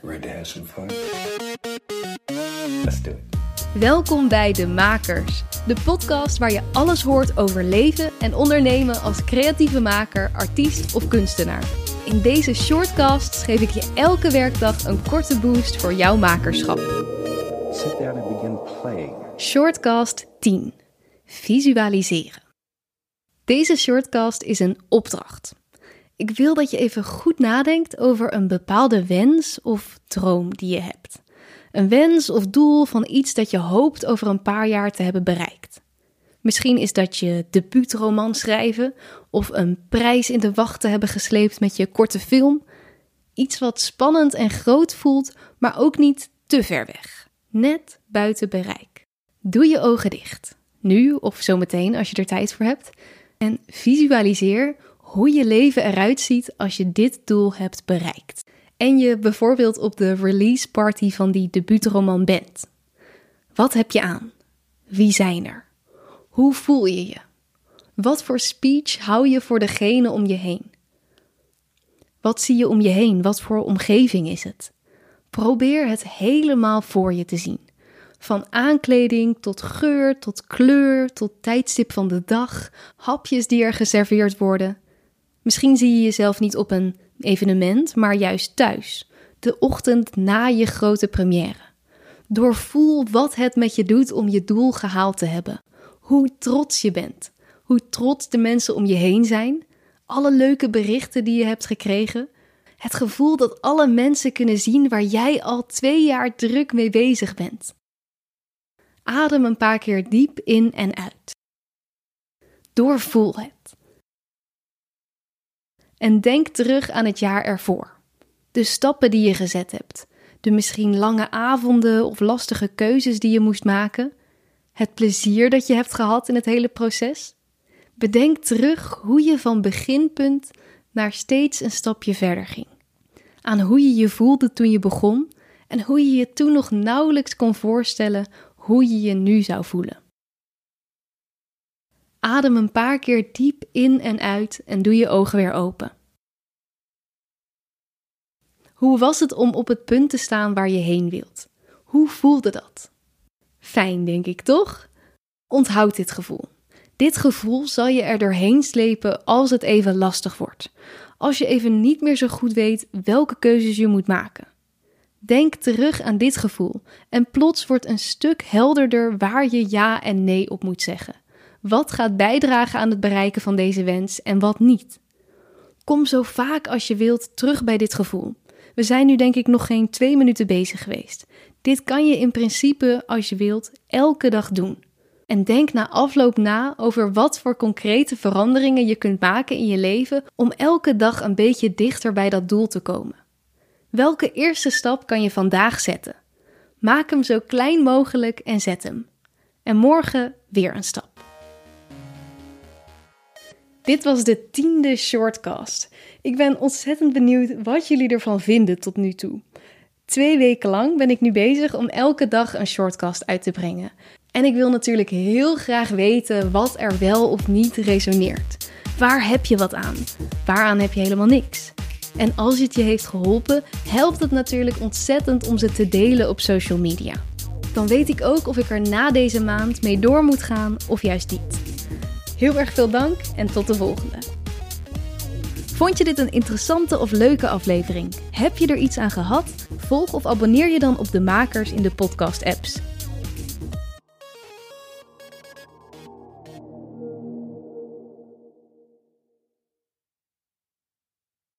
Ready to have some fun? Let's do it. Welkom bij De Makers, de podcast waar je alles hoort over leven en ondernemen als creatieve maker, artiest of kunstenaar. In deze shortcasts geef ik je elke werkdag een korte boost voor jouw makerschap. Sit down and begin playing. Shortcast 10. Visualiseren. Deze shortcast is een opdracht. Ik wil dat je even goed nadenkt over een bepaalde wens of droom die je hebt. Een wens of doel van iets dat je hoopt over een paar jaar te hebben bereikt. Misschien is dat je debuutroman schrijven of een prijs in de wacht te hebben gesleept met je korte film. Iets wat spannend en groot voelt, maar ook niet te ver weg. Net buiten bereik. Doe je ogen dicht. Nu of zometeen als je er tijd voor hebt. En visualiseer hoe je leven eruit ziet als je dit doel hebt bereikt. En je bijvoorbeeld op de release party van die debuutroman bent. Wat heb je aan? Wie zijn er? Hoe voel je je? Wat voor speech hou je voor degene om je heen? Wat zie je om je heen? Wat voor omgeving is het? Probeer het helemaal voor je te zien. Van aankleding tot geur, tot kleur, tot tijdstip van de dag, hapjes die er geserveerd worden. Misschien zie je jezelf niet op een evenement, maar juist thuis, de ochtend na je grote première. Doorvoel wat het met je doet om je doel gehaald te hebben. Hoe trots je bent, hoe trots de mensen om je heen zijn, alle leuke berichten die je hebt gekregen. Het gevoel dat alle mensen kunnen zien waar jij al 2 jaar druk mee bezig bent. Adem een paar keer diep in en uit. Doorvoel het. En denk terug aan het jaar ervoor. De stappen die je gezet hebt. De misschien lange avonden of lastige keuzes die je moest maken. Het plezier dat je hebt gehad in het hele proces. Bedenk terug hoe je van beginpunt naar steeds een stapje verder ging. Aan hoe je je voelde toen je begon en hoe je je toen nog nauwelijks kon voorstellen hoe je je nu zou voelen. Adem een paar keer diep in en uit en doe je ogen weer open. Hoe was het om op het punt te staan waar je heen wilt? Hoe voelde dat? Fijn, denk ik, toch? Onthoud dit gevoel. Dit gevoel zal je er doorheen slepen als het even lastig wordt. Als je even niet meer zo goed weet welke keuzes je moet maken. Denk terug aan dit gevoel en plots wordt een stuk helderder waar je ja en nee op moet zeggen. Wat gaat bijdragen aan het bereiken van deze wens en wat niet? Kom zo vaak als je wilt terug bij dit gevoel. We zijn nu denk ik nog geen 2 minuten bezig geweest. Dit kan je in principe, als je wilt, elke dag doen. En denk na afloop na over wat voor concrete veranderingen je kunt maken in je leven om elke dag een beetje dichter bij dat doel te komen. Welke eerste stap kan je vandaag zetten? Maak hem zo klein mogelijk en zet hem. En morgen weer een stap. Dit was de 10e shortcast. Ik ben ontzettend benieuwd wat jullie ervan vinden tot nu toe. 2 weken lang ben ik nu bezig om elke dag een shortcast uit te brengen. En ik wil natuurlijk heel graag weten wat er wel of niet resoneert. Waar heb je wat aan? Waaraan heb je helemaal niks? En als het je heeft geholpen, helpt het natuurlijk ontzettend om ze te delen op social media. Dan weet ik ook of ik er na deze maand mee door moet gaan of juist niet. Heel erg veel dank en tot de volgende. Vond je dit een interessante of leuke aflevering? Heb je er iets aan gehad? Volg of abonneer je dan op De Makers in de podcast-apps.